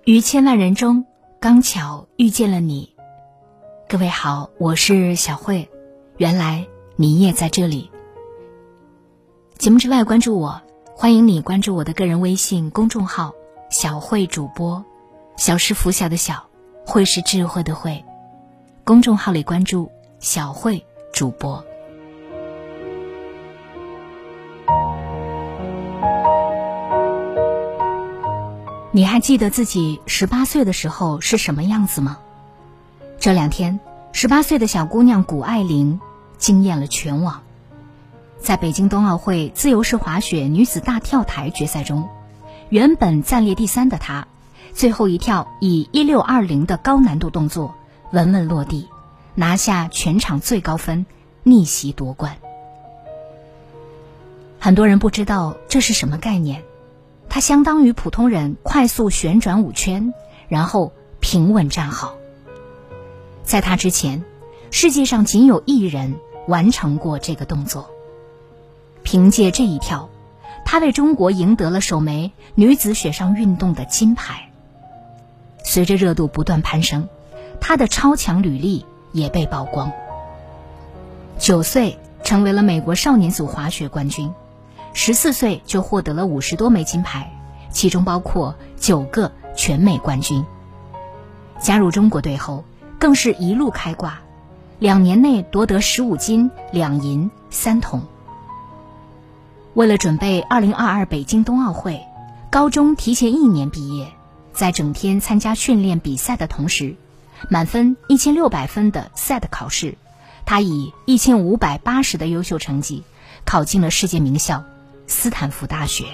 于千万人中，刚巧遇见了你。各位好，我是小慧，原来你也在这里。节目之外关注我，欢迎你关注我的个人微信公众号小慧主播，小是拂晓的小，慧是智慧的慧。公众号里关注小慧主播。你还记得自己18岁的时候是什么样子吗？这2天，18岁的小姑娘谷爱凌惊艳了全网。在北京冬奥会自由式滑雪女子大跳台决赛中，原本暂列第3的她，最后一跳以1620的高难度动作稳稳落地，拿下全场最高分，逆袭夺冠。很多人不知道这是什么概念，它相当于普通人快速旋转5圈，然后平稳站好。在他之前，世界上仅有1人完成过这个动作。凭借这一跳，他为中国赢得了首枚女子雪上运动的金牌。随着热度不断攀升，他的超强履历也被曝光。9岁成为了美国少年组滑雪冠军，14岁就获得了50多枚金牌，其中包括9个全美冠军。加入中国队后，更是一路开挂，2年内夺得15金、2银、3铜。为了准备2022北京冬奥会，高中提前1年毕业，在整天参加训练比赛的同时，满分1600分的 SAT 考试，他以1580的优秀成绩考进了世界名校斯坦福大学。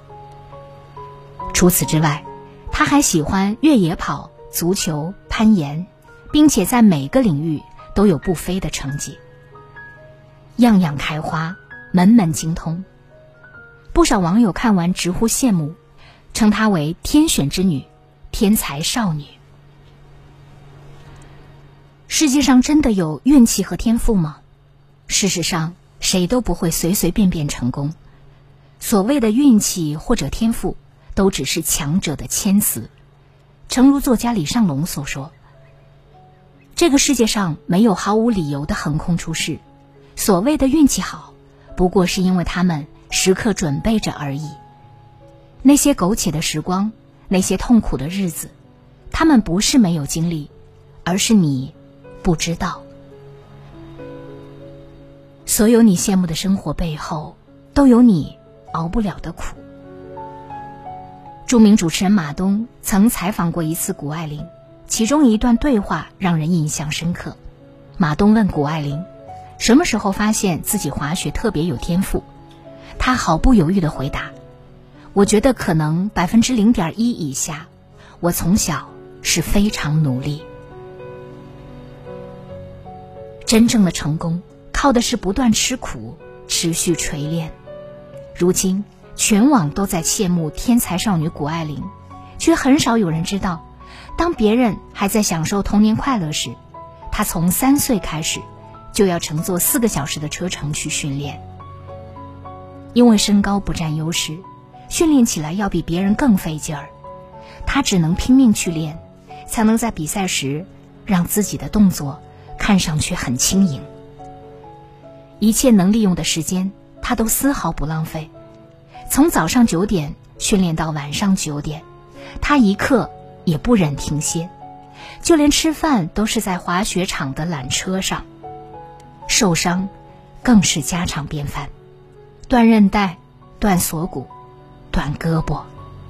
除此之外，他还喜欢越野跑、足球、攀岩，并且在每个领域都有不菲的成绩，样样开花，门门精通。不少网友看完直呼羡慕，称她为天选之女，天才少女。世界上真的有运气和天赋吗？事实上，谁都不会随随便便成功。所谓的运气或者天赋，都只是强者的谦词。诚如作家李尚龙所说，这个世界上没有毫无理由的横空出世，所谓的运气好，不过是因为他们时刻准备着而已。那些苟且的时光，那些痛苦的日子，他们不是没有经历，而是你不知道。所有你羡慕的生活背后，都有你熬不了的苦。著名主持人马东曾采访过一次谷爱凌，其中一段对话让人印象深刻。马东问谷爱凌，什么时候发现自己滑雪特别有天赋？她毫不犹豫地回答，我觉得可能0.1%以下，我从小是非常努力。真正的成功靠的是不断吃苦，持续锤炼。如今全网都在羡慕天才少女谷爱凌，却很少有人知道，当别人还在享受童年快乐时，她从3岁开始就要乘坐4个小时的车程去训练。因为身高不占优势，训练起来要比别人更费劲儿，她只能拼命去练，才能在比赛时让自己的动作看上去很轻盈。一切能利用的时间，她都丝毫不浪费。从早上9点训练到晚上9点，她一刻也不忍停歇，就连吃饭都是在滑雪场的缆车上。受伤更是家常便饭，断韧带、断锁骨、断胳膊。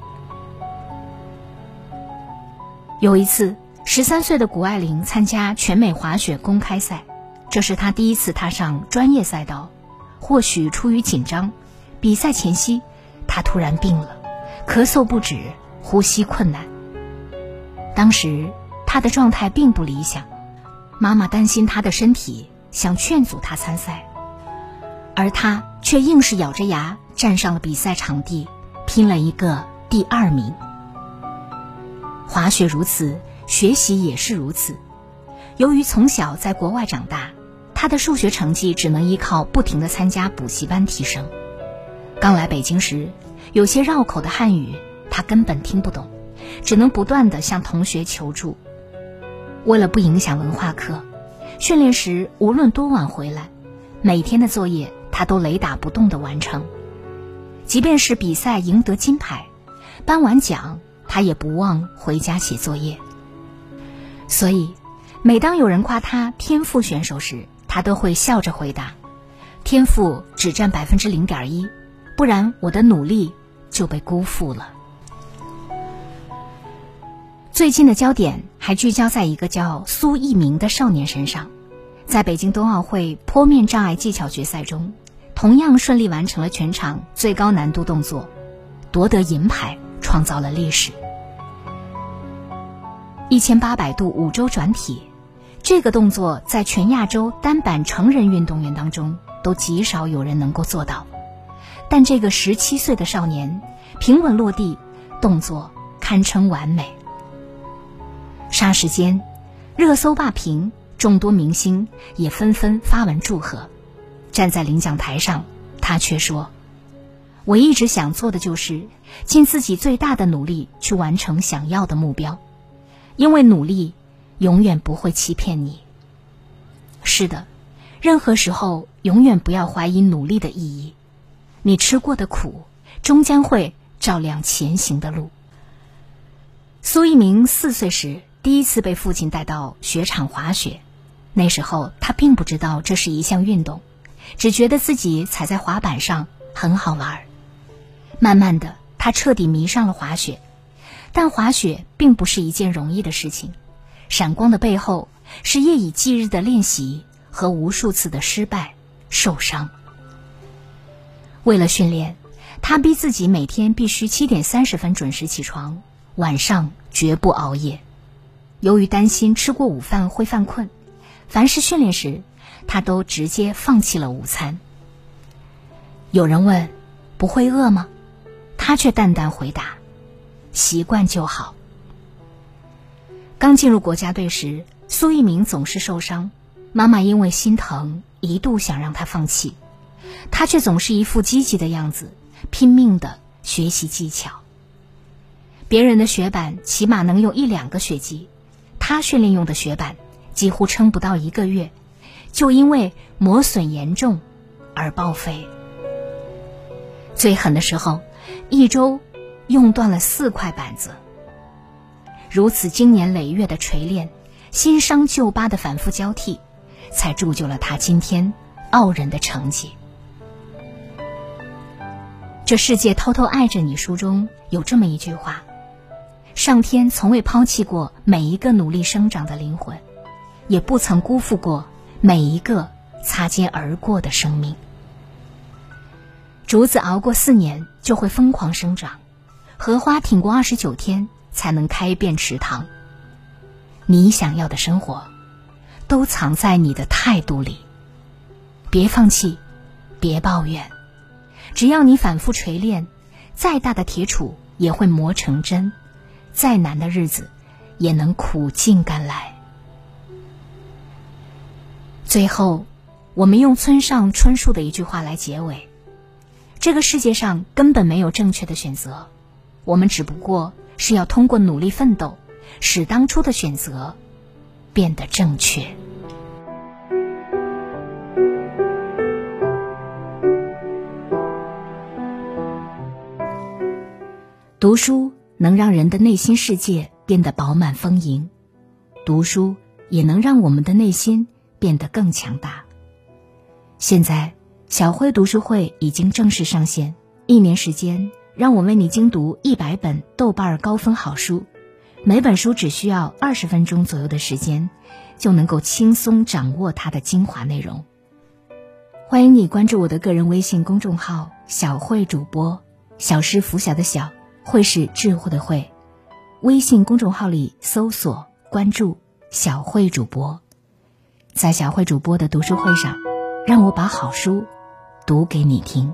有一次，13岁的谷爱凌参加全美滑雪公开赛，这是她第一次踏上专业赛道。或许出于紧张，比赛前夕她突然病了，咳嗽不止，呼吸困难。当时她的状态并不理想，妈妈担心她的身体，想劝阻她参赛，而她却硬是咬着牙站上了比赛场地，拼了一个第2名。滑雪如此，学习也是如此。由于从小在国外长大，他的数学成绩只能依靠不停地参加补习班提升。刚来北京时，有些绕口的汉语他根本听不懂， 只能不断地向同学求助。为了不影响文化课，训练时无论多晚回来，每天的作业他都雷打不动地完成。即便是比赛赢得金牌，颁完奖，他也不忘回家写作业。所以每当有人夸他天赋选手时，他都会笑着回答，天赋只占 0.1%， 不然我的努力就被辜负了。最近的焦点还聚焦在一个叫苏翊鸣的少年身上。在北京冬奥会坡面障碍技巧决赛中，同样顺利完成了全场最高难度动作，夺得银牌，创造了历史。1800度5周转体，这个动作在全亚洲单板成人运动员当中都极少有人能够做到，但这个17岁的少年平稳落地，动作堪称完美。霎时间，热搜霸屏，众多明星也纷纷发文祝贺。站在领奖台上，他却说，我一直想做的就是尽自己最大的努力去完成想要的目标，因为努力永远不会欺骗你。是的，任何时候永远不要怀疑努力的意义，你吃过的苦终将会照亮前行的路。苏翊鸣4岁时第一次被父亲带到雪场滑雪，那时候他并不知道这是一项运动，只觉得自己踩在滑板上很好玩。慢慢的，他彻底迷上了滑雪，但滑雪并不是一件容易的事情，闪光的背后是夜以继日的练习和无数次的失败、受伤。为了训练，他逼自己每天必须7点30分准时起床，晚上绝不熬夜。由于担心吃过午饭会犯困，凡是训练时，他都直接放弃了午餐。有人问，不会饿吗？他却淡淡回答，习惯就好。刚进入国家队时，苏翊鸣总是受伤，妈妈因为心疼，一度想让他放弃，他却总是一副积极的样子，拼命地学习技巧。别人的雪板起码能用1-2个雪季，他训练用的雪板几乎撑不到1个月，就因为磨损严重而报废。最狠的时候，1周用断了4块板子。如此经年累月的锤炼，新伤旧疤的反复交替，才铸就了他今天傲人的成绩。这世界偷偷爱着你书中有这么一句话，上天从未抛弃过每一个努力生长的灵魂，也不曾辜负过每一个擦肩而过的生命。竹子熬过4年就会疯狂生长，荷花挺过29天才能开遍池塘。你想要的生活都藏在你的态度里，别放弃，别抱怨，只要你反复锤炼，再大的铁杵也会磨成针，再难的日子也能苦尽甘来。最后，我们用村上春树的一句话来结尾，这个世界上根本没有正确的选择，我们只不过是要通过努力奋斗，使当初的选择变得正确。读书能让人的内心世界变得饱满丰盈，读书也能让我们的内心变得更强大。现在小慧读书会已经正式上线，1年时间，让我为你精读100本豆瓣高分好书，每本书只需要20分钟左右的时间，就能够轻松掌握它的精华内容。欢迎你关注我的个人微信公众号小慧主播，小是拂晓的小，慧是智慧的慧，微信公众号里搜索关注小慧主播。在小慧主播的读书会上，让我把好书读给你听。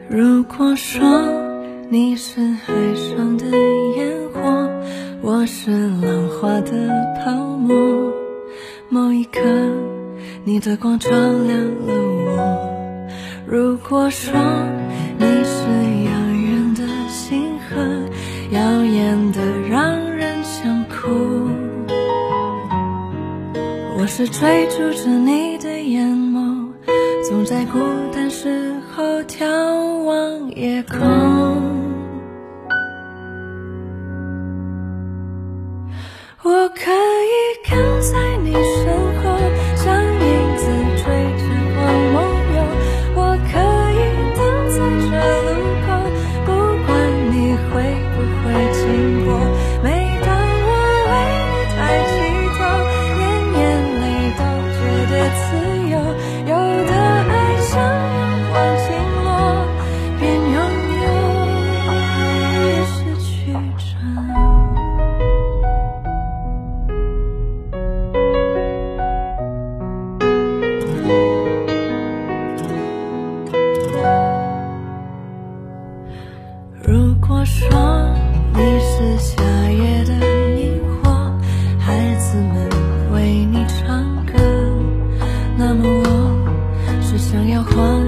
如果说你是海上的烟火，我是浪花的泡沫，某一刻你的光照亮了我。如果说你是遥远的星河，耀眼的让人想哭，我是追逐着你的眼眸，总在孤单时候眺望夜空。我可以跟在你身后，像影子追着我梦游，我可以等在这路口，不管你会不会经过。每当我为你抬起头，连眼泪都觉得自由，有的爱像阳光倾落，边拥有也失去着。如果说你是夏夜的萤火，孩子们为你唱歌，那么我是想要晃